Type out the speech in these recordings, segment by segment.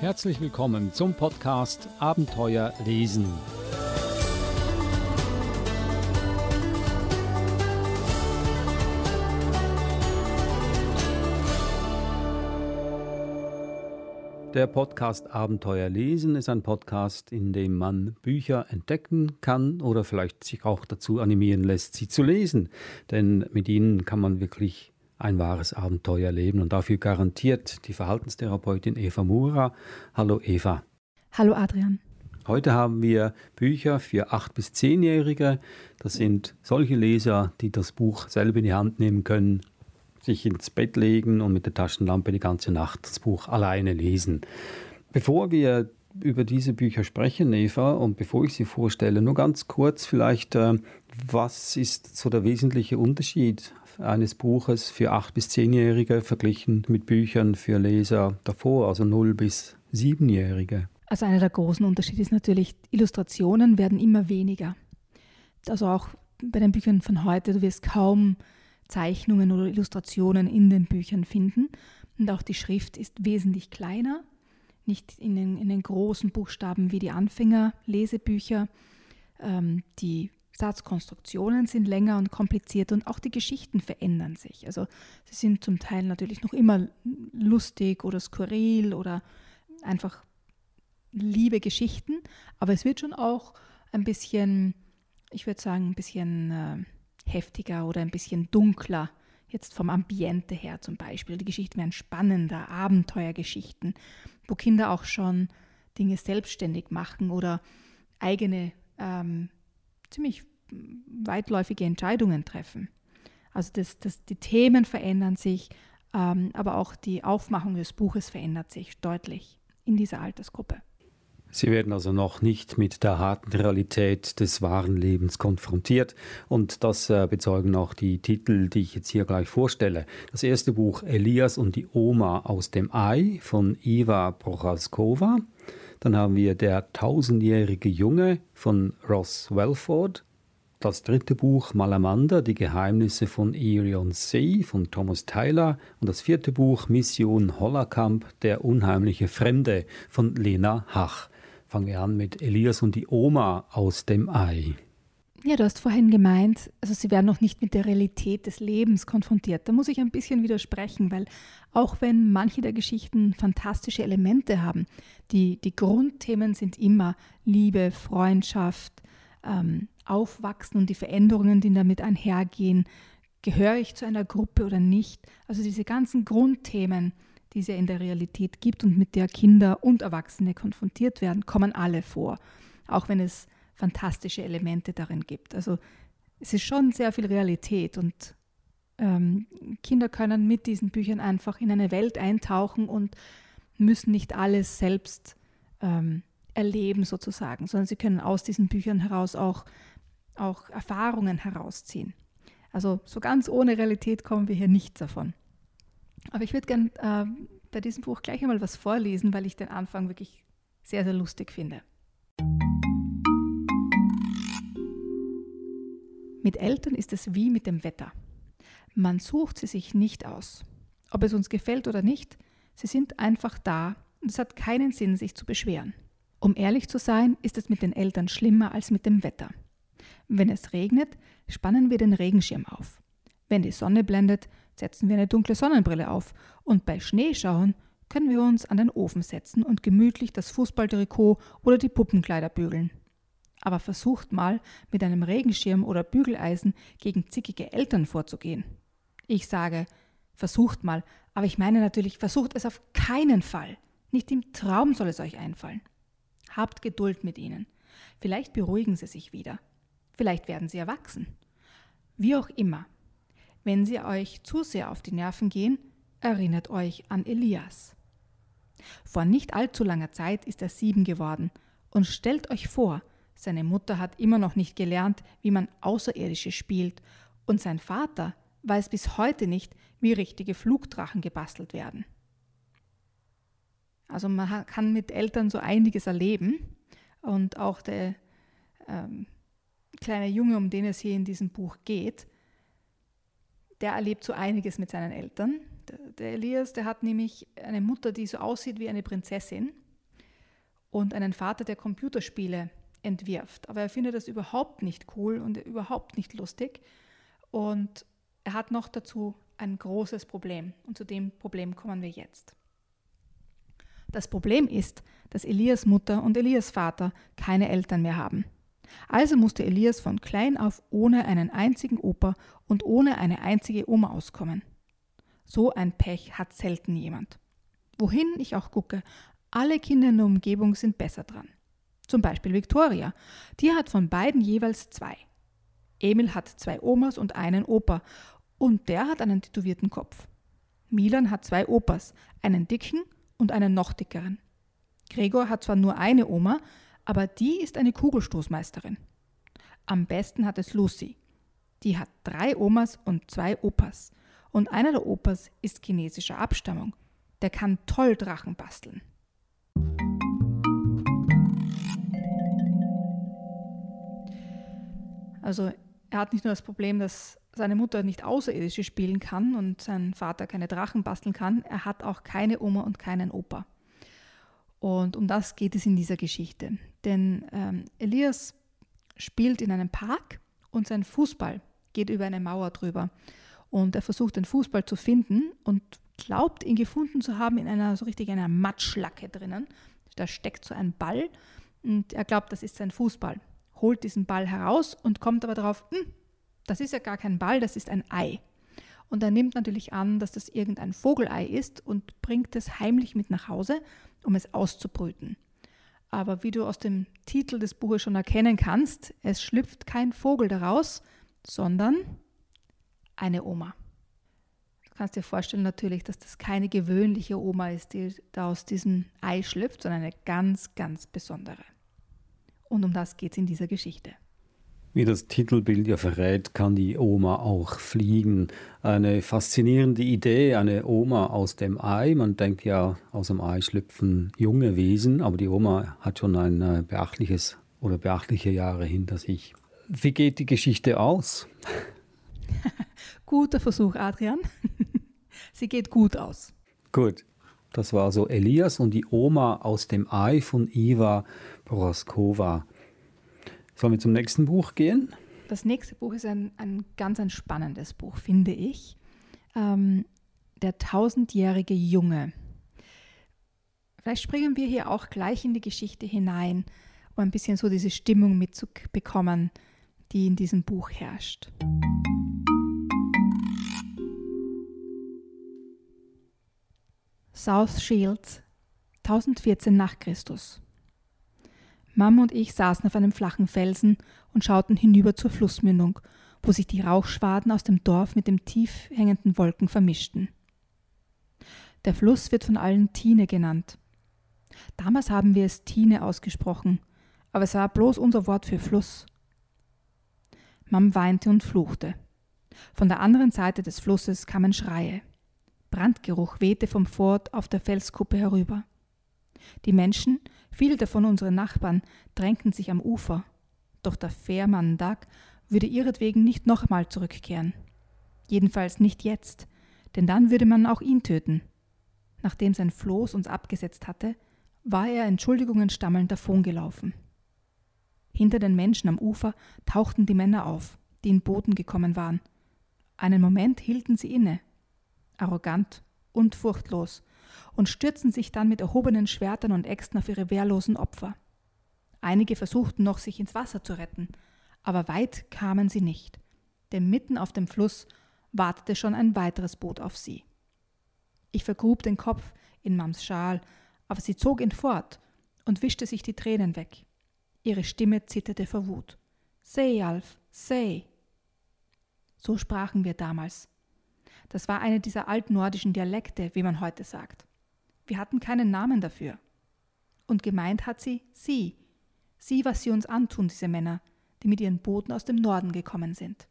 Herzlich willkommen zum Podcast Abenteuer lesen. Der Podcast Abenteuer lesen ist ein Podcast, in dem man Bücher entdecken kann oder vielleicht sich auch dazu animieren lässt, sie zu lesen. Denn mit ihnen kann man wirklich ein wahres Abenteuer leben und dafür garantiert die Verhaltenstherapeutin Eva Mura. Hallo Eva. Hallo Adrian. Heute haben wir Bücher für 8- bis 10-Jährige. Das sind solche Leser, die das Buch selber in die Hand nehmen können, sich ins Bett legen und mit der Taschenlampe die ganze Nacht das Buch alleine lesen. Bevor wir über diese Bücher sprechen, Eva, und bevor ich sie vorstelle, nur ganz kurz vielleicht, was ist so der wesentliche Unterschied eines Buches für 8- bis 10-Jährige verglichen mit Büchern für Leser davor, also 0- bis 7-Jährige? Also einer der großen Unterschiede ist natürlich, Illustrationen werden immer weniger. Also auch bei den Büchern von heute, du wirst kaum Zeichnungen oder Illustrationen in den Büchern finden. Und auch die Schrift ist wesentlich kleiner, nicht in den großen Buchstaben wie die Anfänger-Lesebücher. Die Satzkonstruktionen sind länger und komplizierter und auch die Geschichten verändern sich. Also sie sind zum Teil natürlich noch immer lustig oder skurril oder einfach liebe Geschichten, aber es wird schon auch ein bisschen, ich würde sagen, ein bisschen heftiger oder ein bisschen dunkler, jetzt vom Ambiente her zum Beispiel. Die Geschichten werden spannender, Abenteuergeschichten, wo Kinder auch schon Dinge selbstständig machen oder eigene, ziemlich weitläufige Entscheidungen treffen. Also die Themen verändern sich, aber auch die Aufmachung des Buches verändert sich deutlich in dieser Altersgruppe. Sie werden also noch nicht mit der harten Realität des wahren Lebens konfrontiert und das bezeugen auch die Titel, die ich jetzt hier gleich vorstelle. Das erste Buch Elias und die Oma aus dem Ei von Eva Prochalskova. Dann haben wir Der 1000-jährige Junge von Ross Welford. Das dritte Buch Malamander, die Geheimnisse von Irion Sei von Thomas Tyler. Und das vierte Buch Mission Hollerkamp, der unheimliche Fremde von Lena Hach. Fangen wir an mit Elias und die Oma aus dem Ei. Ja, du hast vorhin gemeint, also sie werden noch nicht mit der Realität des Lebens konfrontiert. Da muss ich ein bisschen widersprechen, weil auch wenn manche der Geschichten fantastische Elemente haben, die Grundthemen sind immer Liebe, Freundschaft, Aufwachsen und die Veränderungen, die damit einhergehen. Gehöre ich zu einer Gruppe oder nicht? Also diese ganzen Grundthemen, die es ja in der Realität gibt und mit der Kinder und Erwachsene konfrontiert werden, kommen alle vor, auch wenn es fantastische Elemente darin gibt. Also es ist schon sehr viel Realität und Kinder können mit diesen Büchern einfach in eine Welt eintauchen und müssen nicht alles selbst erleben sozusagen, sondern sie können aus diesen Büchern heraus auch Erfahrungen herausziehen. Also so ganz ohne Realität kommen wir hier nicht davon. Aber ich würde gerne bei diesem Buch gleich einmal was vorlesen, weil ich den Anfang wirklich sehr, sehr lustig finde. Mit Eltern ist es wie mit dem Wetter. Man sucht sie sich nicht aus. Ob es uns gefällt oder nicht, sie sind einfach da und es hat keinen Sinn, sich zu beschweren. Um ehrlich zu sein, ist es mit den Eltern schlimmer als mit dem Wetter. Wenn es regnet, spannen wir den Regenschirm auf. Wenn die Sonne blendet, setzen wir eine dunkle Sonnenbrille auf und bei Schneeschauen können wir uns an den Ofen setzen und gemütlich das Fußballtrikot oder die Puppenkleider bügeln. Aber versucht mal, mit einem Regenschirm oder Bügeleisen gegen zickige Eltern vorzugehen. Ich sage, versucht mal, aber ich meine natürlich, versucht es auf keinen Fall. Nicht im Traum soll es euch einfallen. Habt Geduld mit ihnen. Vielleicht beruhigen sie sich wieder. Vielleicht werden sie erwachsen. Wie auch immer. Wenn sie euch zu sehr auf die Nerven gehen, erinnert euch an Elias. Vor nicht allzu langer Zeit ist er 7 geworden und stellt euch vor, seine Mutter hat immer noch nicht gelernt, wie man Außerirdische spielt und sein Vater weiß bis heute nicht, wie richtige Flugdrachen gebastelt werden. Also man kann mit Eltern so einiges erleben und auch der kleine Junge, um den es hier in diesem Buch geht, der erlebt so einiges mit seinen Eltern. Der Elias, der hat nämlich eine Mutter, die so aussieht wie eine Prinzessin und einen Vater, der Computerspiele entwirft. Aber er findet das überhaupt nicht cool und überhaupt nicht lustig. Und er hat noch dazu ein großes Problem. Und zu dem Problem kommen wir jetzt. Das Problem ist, dass Elias Mutter und Elias Vater keine Eltern mehr haben. Also musste Elias von klein auf ohne einen einzigen Opa und ohne eine einzige Oma auskommen. So ein Pech hat selten jemand. Wohin ich auch gucke, alle Kinder in der Umgebung sind besser dran. Zum Beispiel Victoria, die hat von beiden jeweils 2. Emil hat 2 Omas und einen Opa und der hat einen tätowierten Kopf. Milan hat 2 Opas, einen dicken und einen noch dickeren. Gregor hat zwar nur eine Oma, aber die ist eine Kugelstoßmeisterin. Am besten hat es Lucy. Die hat 3 Omas und 2 Opas. Und einer der Opas ist chinesischer Abstammung. Der kann toll Drachen basteln. Also er hat nicht nur das Problem, dass seine Mutter nicht Außerirdische spielen kann und sein Vater keine Drachen basteln kann, er hat auch keine Oma und keinen Opa. Und um das geht es in dieser Geschichte. Denn Elias spielt in einem Park und sein Fußball geht über eine Mauer drüber. Und er versucht den Fußball zu finden und glaubt, ihn gefunden zu haben in einer Matschlacke drinnen. Da steckt so ein Ball und er glaubt, das ist sein Fußball. Holt diesen Ball heraus und kommt aber darauf, das ist ja gar kein Ball, das ist ein Ei. Und er nimmt natürlich an, dass das irgendein Vogelei ist und bringt es heimlich mit nach Hause, um es auszubrüten. Aber wie du aus dem Titel des Buches schon erkennen kannst, es schlüpft kein Vogel daraus, sondern eine Oma. Du kannst dir vorstellen natürlich, dass das keine gewöhnliche Oma ist, die da aus diesem Ei schlüpft, sondern eine ganz, ganz besondere. Und um das geht es in dieser Geschichte. Wie das Titelbild ja verrät, kann die Oma auch fliegen. Eine faszinierende Idee, eine Oma aus dem Ei. Man denkt ja, aus dem Ei schlüpfen junge Wesen, aber die Oma hat schon ein beachtliche Jahre hinter sich. Wie geht die Geschichte aus? Guter Versuch, Adrian. Sie geht gut aus. Gut, das war so Elias und die Oma aus dem Ei von Iva Poroskova. Sollen wir zum nächsten Buch gehen? Das nächste Buch ist ein ganz spannendes Buch, finde ich. Der 1000-jährige Junge. Vielleicht springen wir hier auch gleich in die Geschichte hinein, um ein bisschen so diese Stimmung mitzubekommen, die in diesem Buch herrscht. South Shields, 1014 nach Christus. Mom und ich saßen auf einem flachen Felsen und schauten hinüber zur Flussmündung, wo sich die Rauchschwaden aus dem Dorf mit den tief hängenden Wolken vermischten. Der Fluss wird von allen Tine genannt. Damals haben wir es Tine ausgesprochen, aber es war bloß unser Wort für Fluss. Mom weinte und fluchte. Von der anderen Seite des Flusses kamen Schreie. Brandgeruch wehte vom Fort auf der Felskuppe herüber. Die Menschen, viele davon unsere Nachbarn, drängten sich am Ufer. Doch der Fährmann Dag würde ihretwegen nicht nochmal zurückkehren. Jedenfalls nicht jetzt, denn dann würde man auch ihn töten. Nachdem sein Floß uns abgesetzt hatte, war er Entschuldigungen stammelnd davongelaufen. Hinter den Menschen am Ufer tauchten die Männer auf, die in Booten gekommen waren. Einen Moment hielten sie inne, arrogant und furchtlos, und stürzten sich dann mit erhobenen Schwertern und Äxten auf ihre wehrlosen Opfer. Einige versuchten noch, sich ins Wasser zu retten, aber weit kamen sie nicht, denn mitten auf dem Fluss wartete schon ein weiteres Boot auf sie. Ich vergrub den Kopf in Mams Schal, aber sie zog ihn fort und wischte sich die Tränen weg. Ihre Stimme zitterte vor Wut. »Say, Alf, say!« So sprachen wir damals. Das war eine dieser altnordischen Dialekte, wie man heute sagt. Wir hatten keinen Namen dafür. Und gemeint hat sie, was sie uns antun, diese Männer, die mit ihren Booten aus dem Norden gekommen sind.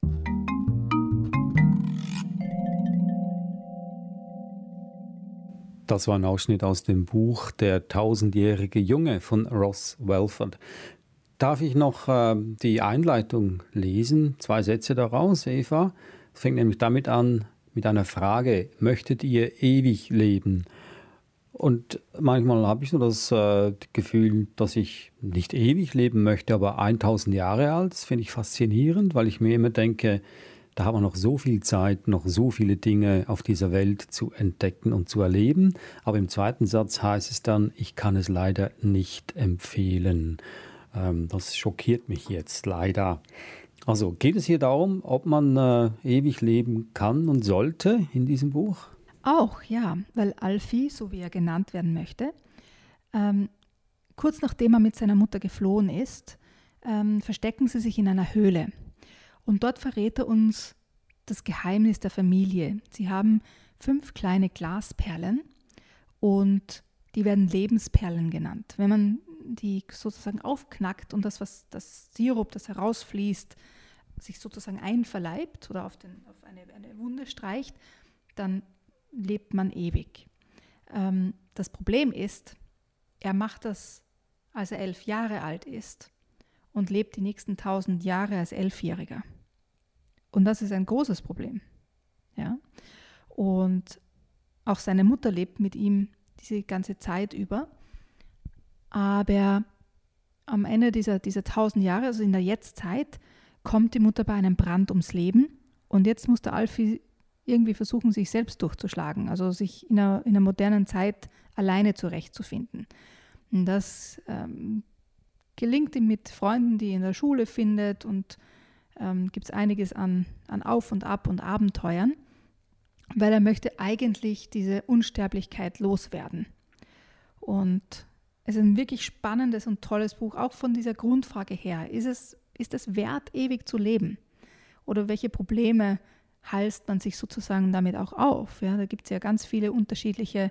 Das war ein Ausschnitt aus dem Buch Der 1000-jährige Junge von Ross Welford. Darf ich noch die Einleitung lesen? 2 Sätze daraus, Eva. Es fängt nämlich damit an, mit einer Frage: Möchtet ihr ewig leben? Und manchmal habe ich so das Gefühl, dass ich nicht ewig leben möchte, aber 1000 Jahre alt. Das finde ich faszinierend, weil ich mir immer denke, da haben wir noch so viel Zeit, noch so viele Dinge auf dieser Welt zu entdecken und zu erleben. Aber im zweiten Satz heißt es dann, ich kann es leider nicht empfehlen. Das schockiert mich jetzt leider. Also geht es hier darum, ob man ewig leben kann und sollte in diesem Buch? Auch, ja, weil Alfie, so wie er genannt werden möchte, kurz nachdem er mit seiner Mutter geflohen ist, verstecken sie sich in einer Höhle. Und dort verrät er uns das Geheimnis der Familie. Sie haben 5 kleine Glasperlen und die werden Lebensperlen genannt. Wenn man die sozusagen aufknackt und das Sirup, das herausfließt, sich sozusagen einverleibt oder auf eine Wunde streicht, dann lebt man ewig. Das Problem ist, er macht das, als er 11 Jahre alt ist und lebt die nächsten 1000 Jahre als 11-Jähriger. Und das ist ein großes Problem. Ja? Und auch seine Mutter lebt mit ihm diese ganze Zeit über. Aber am Ende dieser 1000 Jahre, also in der Jetztzeit, kommt die Mutter bei einem Brand ums Leben. Und jetzt muss der Alfie irgendwie versuchen, sich selbst durchzuschlagen, also sich in einer modernen Zeit alleine zurechtzufinden. Und das gelingt ihm mit Freunden, die er in der Schule findet, und gibt es einiges an Auf und Ab und Abenteuern, weil er möchte eigentlich diese Unsterblichkeit loswerden. Und es ist ein wirklich spannendes und tolles Buch, auch von dieser Grundfrage her. Ist es wert, ewig zu leben? Oder welche Probleme halst man sich sozusagen damit auch auf? Ja, da gibt es ja ganz viele unterschiedliche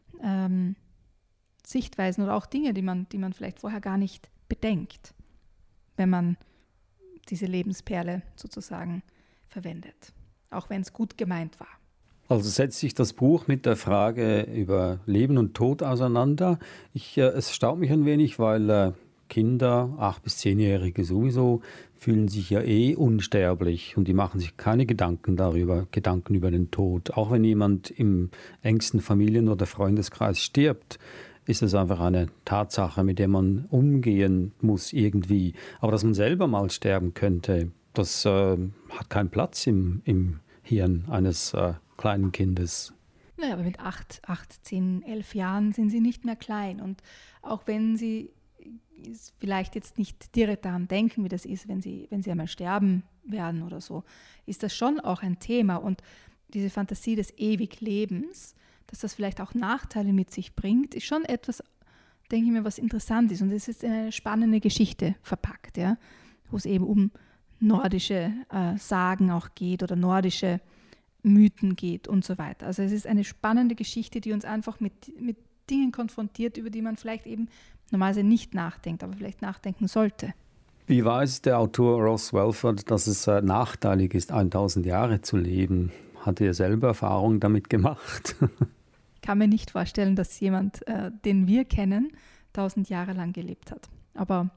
Sichtweisen oder auch Dinge, die man vielleicht vorher gar nicht bedenkt, wenn man diese Lebensperle sozusagen verwendet, auch wenn es gut gemeint war. Also setzt sich das Buch mit der Frage über Leben und Tod auseinander. Es staunt mich ein wenig, weil Kinder, 8- bis 10-Jährige sowieso, fühlen sich ja unsterblich und die machen sich keine Gedanken über den Tod. Auch wenn jemand im engsten Familien- oder Freundeskreis stirbt, ist es einfach eine Tatsache, mit der man umgehen muss irgendwie. Aber dass man selber mal sterben könnte, das hat keinen Platz im Hirn eines kleinen Kindes. Naja, aber mit 8, 10, 11 Jahren sind sie nicht mehr klein. Und auch wenn sie vielleicht jetzt nicht direkt daran denken, wie das ist, wenn sie einmal sterben werden oder so, ist das schon auch ein Thema. Und diese Fantasie des Ewiglebens, dass das vielleicht auch Nachteile mit sich bringt, ist schon etwas, denke ich mir, was interessant ist. Und es ist in eine spannende Geschichte verpackt, ja, wo es eben um nordische Sagen auch geht oder nordische Mythen geht und so weiter. Also es ist eine spannende Geschichte, die uns einfach mit Dingen konfrontiert, über die man vielleicht eben normalerweise nicht nachdenkt, aber vielleicht nachdenken sollte. Wie weiß der Autor Ross Welford, dass es nachteilig ist, 1000 Jahre zu leben? Hat er selber Erfahrungen damit gemacht? Ich kann mir nicht vorstellen, dass jemand, den wir kennen, 1000 Jahre lang gelebt hat. Aber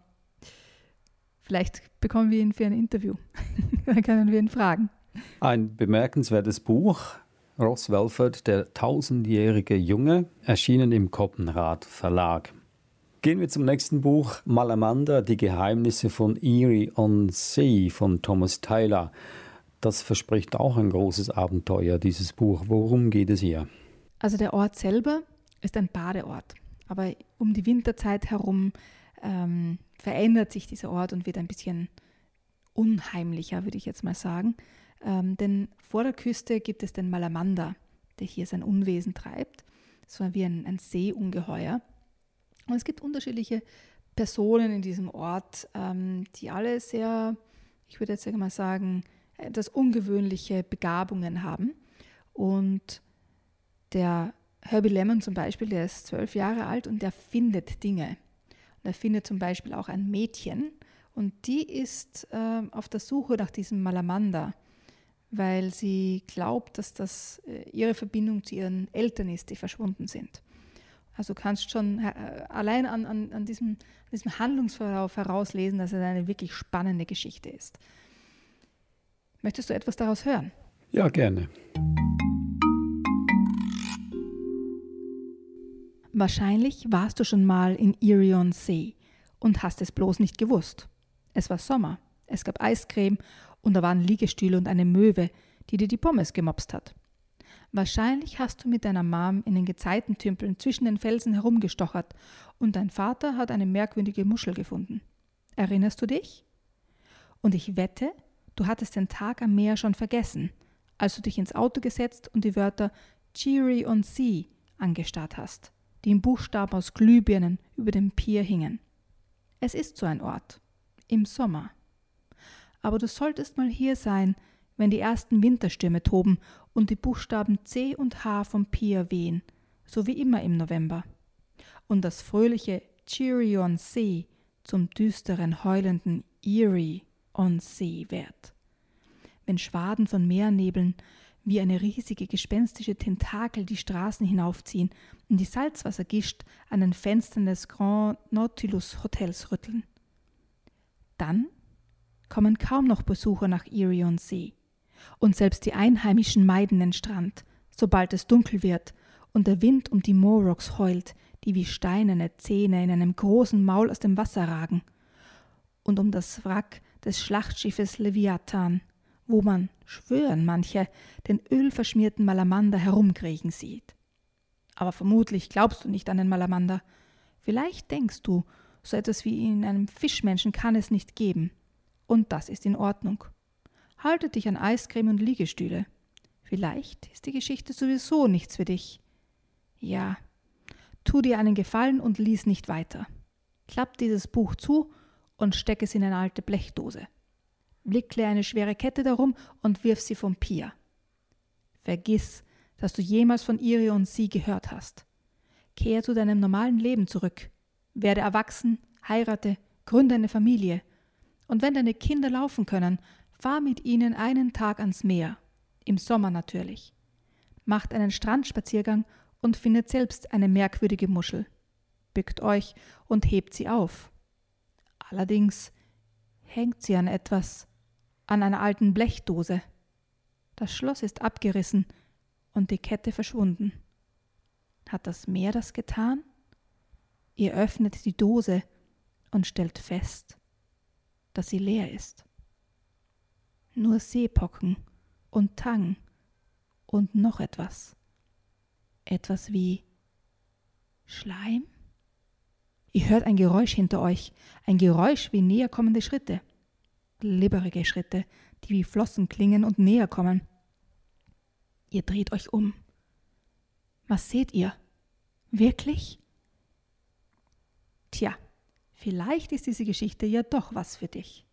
vielleicht bekommen wir ihn für ein Interview. Dann können wir ihn fragen. Ein bemerkenswertes Buch, Ross Welford, der 1000-jährige Junge, erschienen im Koppenrad Verlag. Gehen wir zum nächsten Buch, Malamander, die Geheimnisse von Erie on Sea von Thomas Tyler. Das verspricht auch ein großes Abenteuer, dieses Buch. Worum geht es hier? Also der Ort selber ist ein Badeort, aber um die Winterzeit herum verändert sich dieser Ort und wird ein bisschen unheimlicher, würde ich jetzt mal sagen. Denn vor der Küste gibt es den Malamander, der hier sein Unwesen treibt. So wie ein Seeungeheuer. Und es gibt unterschiedliche Personen in diesem Ort, die alle sehr, ich würde jetzt mal sagen, etwas ungewöhnliche Begabungen haben. Und der Herbie Lemon zum Beispiel, der ist 12 Jahre alt und der findet Dinge. Und er findet zum Beispiel auch ein Mädchen und die ist auf der Suche nach diesem Malamander, weil sie glaubt, dass das ihre Verbindung zu ihren Eltern ist, die verschwunden sind. Also kannst schon allein an diesem Handlungsverlauf herauslesen, dass es eine wirklich spannende Geschichte ist. Möchtest du etwas daraus hören? Ja, gerne. Wahrscheinlich warst du schon mal in Erie on Sea und hast es bloß nicht gewusst. Es war Sommer, es gab Eiscreme und da waren Liegestühle und eine Möwe, die dir die Pommes gemopst hat. Wahrscheinlich hast du mit deiner Mom in den Gezeitentümpeln zwischen den Felsen herumgestochert und dein Vater hat eine merkwürdige Muschel gefunden. Erinnerst du dich? Und ich wette, du hattest den Tag am Meer schon vergessen, als du dich ins Auto gesetzt und die Wörter Erie on Sea angestarrt hast, die in Buchstaben aus Glühbirnen über dem Pier hingen. Es ist so ein Ort. Im Sommer. Aber du solltest mal hier sein, wenn die ersten Winterstürme toben und die Buchstaben C und H vom Pier wehen, so wie immer im November. Und das fröhliche Erie on Sea zum düsteren, heulenden Erie on Sea wird. Wenn Schwaden von Meernebeln wie eine riesige gespenstische Tentakel die Straßen hinaufziehen und die Salzwassergischt an den Fenstern des Grand Nautilus Hotels rütteln. Dann kommen kaum noch Besucher nach Erie on Sea. Und selbst die Einheimischen meiden den Strand, sobald es dunkel wird und der Wind um die Morrocks heult, die wie steinerne Zähne in einem großen Maul aus dem Wasser ragen. Und um das Wrack des Schlachtschiffes Leviathan, wo man, schwören manche, den ölverschmierten Malamander herumkriechen sieht. Aber vermutlich glaubst du nicht an den Malamander. Vielleicht denkst du, so etwas wie in einem Fischmenschen kann es nicht geben. Und das ist in Ordnung. Halte dich an Eiscreme und Liegestühle. Vielleicht ist die Geschichte sowieso nichts für dich. Ja, tu dir einen Gefallen und lies nicht weiter. Klapp dieses Buch zu und steck es in eine alte Blechdose. Wickle eine schwere Kette darum und wirf sie vom Pier. Vergiss, dass du jemals von Erie on Sea gehört hast. Kehr zu deinem normalen Leben zurück. Werde erwachsen, heirate, gründe eine Familie. Und wenn deine Kinder laufen können, fahr mit ihnen einen Tag ans Meer. Im Sommer natürlich. Macht einen Strandspaziergang und findet selbst eine merkwürdige Muschel. Bückt euch und hebt sie auf. Allerdings hängt sie an etwas, an einer alten Blechdose. Das Schloss ist abgerissen und die Kette verschwunden. Hat das Meer das getan? Ihr öffnet die Dose und stellt fest, dass sie leer ist. Nur Seepocken und Tang und noch etwas. Etwas wie Schleim? Ihr hört ein Geräusch hinter euch, ein Geräusch wie näher kommende Schritte. Glibberige Schritte, die wie Flossen klingen und näher kommen. Ihr dreht euch um. Was seht ihr? Wirklich? Tja, vielleicht ist diese Geschichte ja doch was für dich.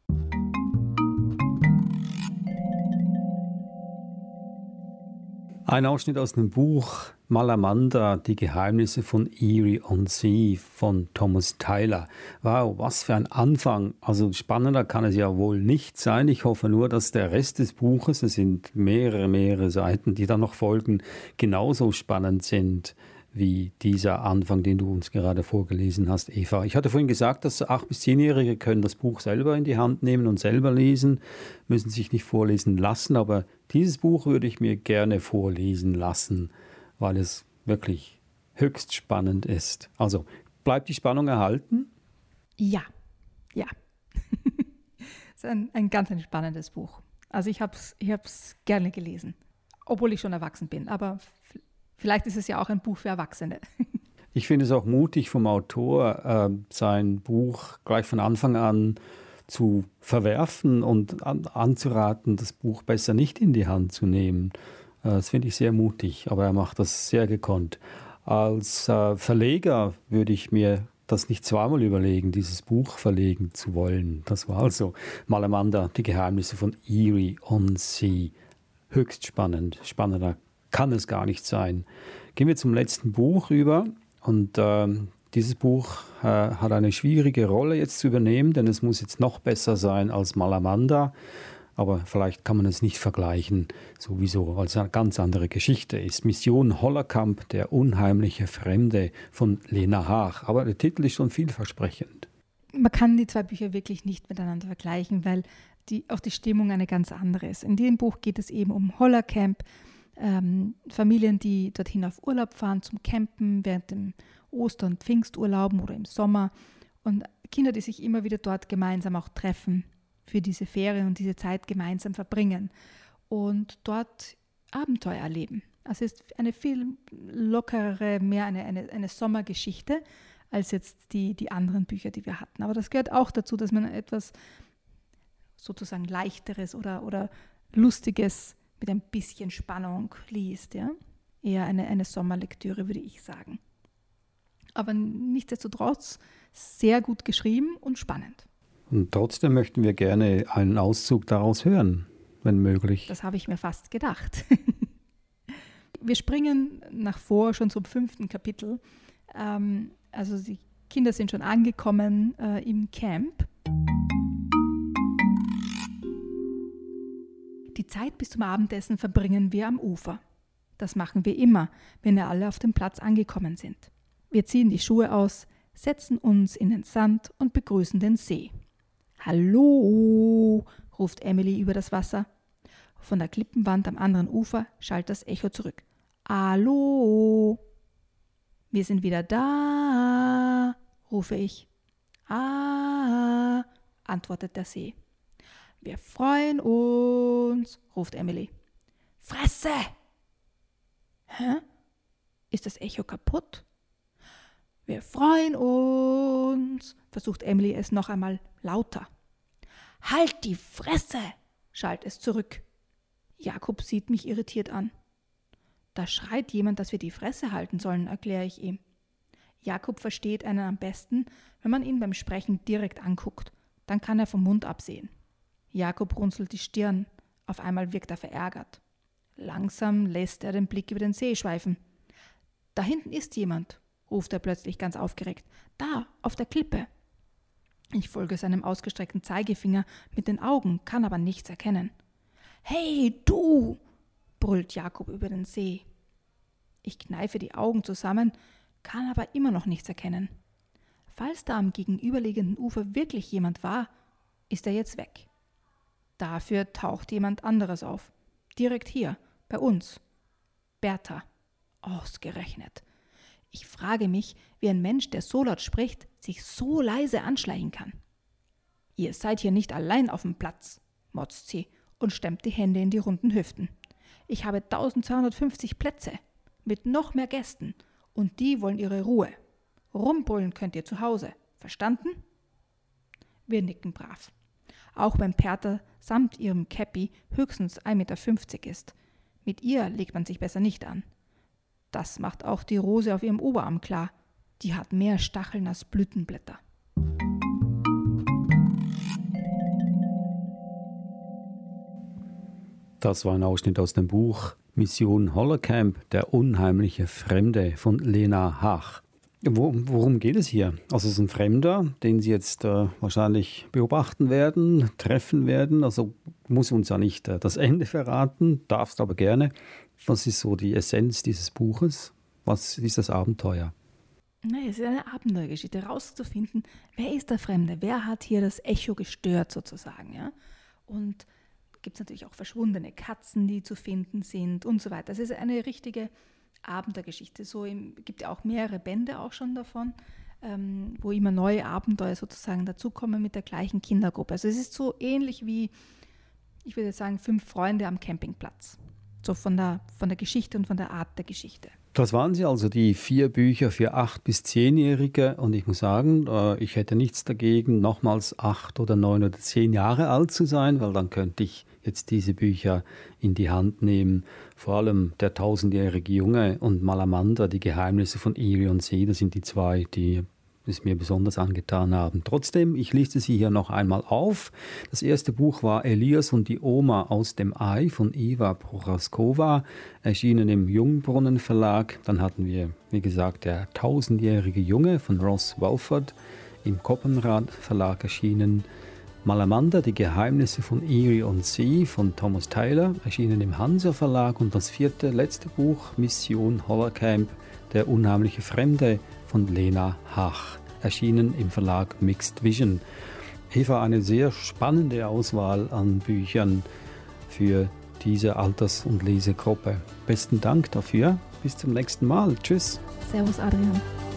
Ein Ausschnitt aus dem Buch Malamander, die Geheimnisse von Erie on Sea von Thomas Tyler. Wow, was für ein Anfang. Also spannender kann es ja wohl nicht sein. Ich hoffe nur, dass der Rest des Buches, es sind mehrere Seiten, die dann noch folgen, genauso spannend sind wie dieser Anfang, den du uns gerade vorgelesen hast, Eva. Ich hatte vorhin gesagt, dass 8- bis 10-Jährige können das Buch selber in die Hand nehmen und selber lesen, müssen sich nicht vorlesen lassen, aber dieses Buch würde ich mir gerne vorlesen lassen, weil es wirklich höchst spannend ist. Also, bleibt die Spannung erhalten? Ja. Es ist ein ganz spannendes Buch. Also ich hab's gerne gelesen, obwohl ich schon erwachsen bin, aber vielleicht ist es ja auch ein Buch für Erwachsene. Ich finde es auch mutig vom Autor, sein Buch gleich von Anfang an zu verwerfen und anzuraten, das Buch besser nicht in die Hand zu nehmen. Das finde ich sehr mutig, aber er macht das sehr gekonnt. Als Verleger würde ich mir das nicht zweimal überlegen, dieses Buch verlegen zu wollen. Das war also Malamander, die Geheimnisse von Erie on Sea. Höchst spannend, spannender kann es gar nicht sein. Gehen wir zum letzten Buch über und dieses Buch hat eine schwierige Rolle jetzt zu übernehmen, denn es muss jetzt noch besser sein als Malamander, aber vielleicht kann man es nicht vergleichen, sowieso, weil es eine ganz andere Geschichte ist. Mission Hollerkamp, der unheimliche Fremde von Lena Haag, aber der Titel ist schon vielversprechend. Man kann die zwei Bücher wirklich nicht miteinander vergleichen, weil auch die Stimmung eine ganz andere ist. In diesem Buch geht es eben um Hollerkamp, Familien, die dorthin auf Urlaub fahren zum Campen während dem Oster- und Pfingsturlauben oder im Sommer und Kinder, die sich immer wieder dort gemeinsam auch treffen für diese Ferien und diese Zeit gemeinsam verbringen und dort Abenteuer erleben. Also es ist eine viel lockerere, mehr eine Sommergeschichte als jetzt die anderen Bücher, die wir hatten. Aber das gehört auch dazu, dass man etwas sozusagen Leichteres oder Lustiges mit ein bisschen Spannung liest. Ja? Eher eine Sommerlektüre, würde ich sagen. Aber nichtsdestotrotz sehr gut geschrieben und spannend. Und trotzdem möchten wir gerne einen Auszug daraus hören, wenn möglich. Das habe ich mir fast gedacht. Wir springen nach vor schon zum 5. Kapitel. Also die Kinder sind schon angekommen im Camp. Die Zeit bis zum Abendessen verbringen wir am Ufer. Das machen wir immer, wenn wir alle auf dem Platz angekommen sind. Wir ziehen die Schuhe aus, setzen uns in den Sand und begrüßen den See. »Hallo«, ruft Emily über das Wasser. Von der Klippenwand am anderen Ufer schallt das Echo zurück. »Hallo«. »Wir sind wieder da«, rufe ich. »Ah«, antwortet der See. »Wir freuen uns«, ruft Emily. »Fresse!« »Hä? Ist das Echo kaputt?« »Wir freuen uns«, versucht Emily es noch einmal lauter. »Halt die Fresse«, schallt es zurück. Jakob sieht mich irritiert an. Da schreit jemand, dass wir die Fresse halten sollen, erkläre ich ihm. Jakob versteht einen am besten, wenn man ihn beim Sprechen direkt anguckt. Dann kann er vom Mund absehen. Jakob runzelt die Stirn. Auf einmal wirkt er verärgert. Langsam lässt er den Blick über den See schweifen. »Da hinten ist jemand«, ruft er plötzlich ganz aufgeregt. »Da, auf der Klippe.« Ich folge seinem ausgestreckten Zeigefinger mit den Augen, kann aber nichts erkennen. »Hey, du!« brüllt Jakob über den See. Ich kneife die Augen zusammen, kann aber immer noch nichts erkennen. Falls da am gegenüberliegenden Ufer wirklich jemand war, ist er jetzt weg. Dafür taucht jemand anderes auf. Direkt hier, bei uns. Bertha. Ausgerechnet. Ich frage mich, wie ein Mensch, der so laut spricht, sich so leise anschleichen kann. »Ihr seid hier nicht allein auf dem Platz«, motzt sie und stemmt die Hände in die runden Hüften. »Ich habe 1250 Plätze, mit noch mehr Gästen, und die wollen ihre Ruhe. Rumbrüllen könnt ihr zu Hause, verstanden?« Wir nicken brav. Auch wenn Bertha samt ihrem Käppi höchstens 1,50 Meter ist. Mit ihr legt man sich besser nicht an. Das macht auch die Rose auf ihrem Oberarm klar. Die hat mehr Stacheln als Blütenblätter. Das war ein Ausschnitt aus dem Buch Mission Hollercamp, der unheimliche Fremde von Lena Hach. Worum geht es hier? Also es ist ein Fremder, den Sie jetzt wahrscheinlich beobachten werden, treffen werden. Also muss uns ja nicht das Ende verraten, darfst aber gerne. Was ist so die Essenz dieses Buches? Was ist das Abenteuer? Es ist eine Abenteuergeschichte, herauszufinden, wer ist der Fremde, wer hat hier das Echo gestört sozusagen. Ja? Und gibt es natürlich auch verschwundene Katzen, die zu finden sind und so weiter. Es ist eine richtige Abenteuergeschichte. Gibt ja auch mehrere Bände auch schon davon, wo immer neue Abenteuer sozusagen dazukommen mit der gleichen Kindergruppe. Also es ist so ähnlich wie, ich würde sagen, 5 Freunde am Campingplatz. So von der Geschichte und von der Art der Geschichte. Das waren sie also, die 4 Bücher für 8- bis 10-Jährige. Und ich muss sagen, ich hätte nichts dagegen, nochmals 8 oder 9 oder 10 Jahre alt zu sein, weil dann könnte ich jetzt diese Bücher in die Hand nehmen. Vor allem der 1000-jährige Junge und Malamandra, die Geheimnisse von Erie und See, das sind die 2, die es mir besonders angetan haben. Trotzdem, ich liste sie hier noch einmal auf. Das erste Buch war Elias und die Oma aus dem Ei von Eva Prochaskova, erschienen im Jungbrunnen Verlag. Dann hatten wir, wie gesagt, der 1000-jährige Junge von Ross Walford, im Koppenrad Verlag erschienen. Malamandra, die Geheimnisse von Erie und See von Thomas Tyler, erschienen im Hansa Verlag. Und das letzte Buch, Mission Hollercamp, der unheimliche Fremde von Lena Hach, erschienen im Verlag Mixed Vision. Eva, eine sehr spannende Auswahl an Büchern für diese Alters- und Lesegruppe. Besten Dank dafür. Bis zum nächsten Mal. Tschüss. Servus, Adrian.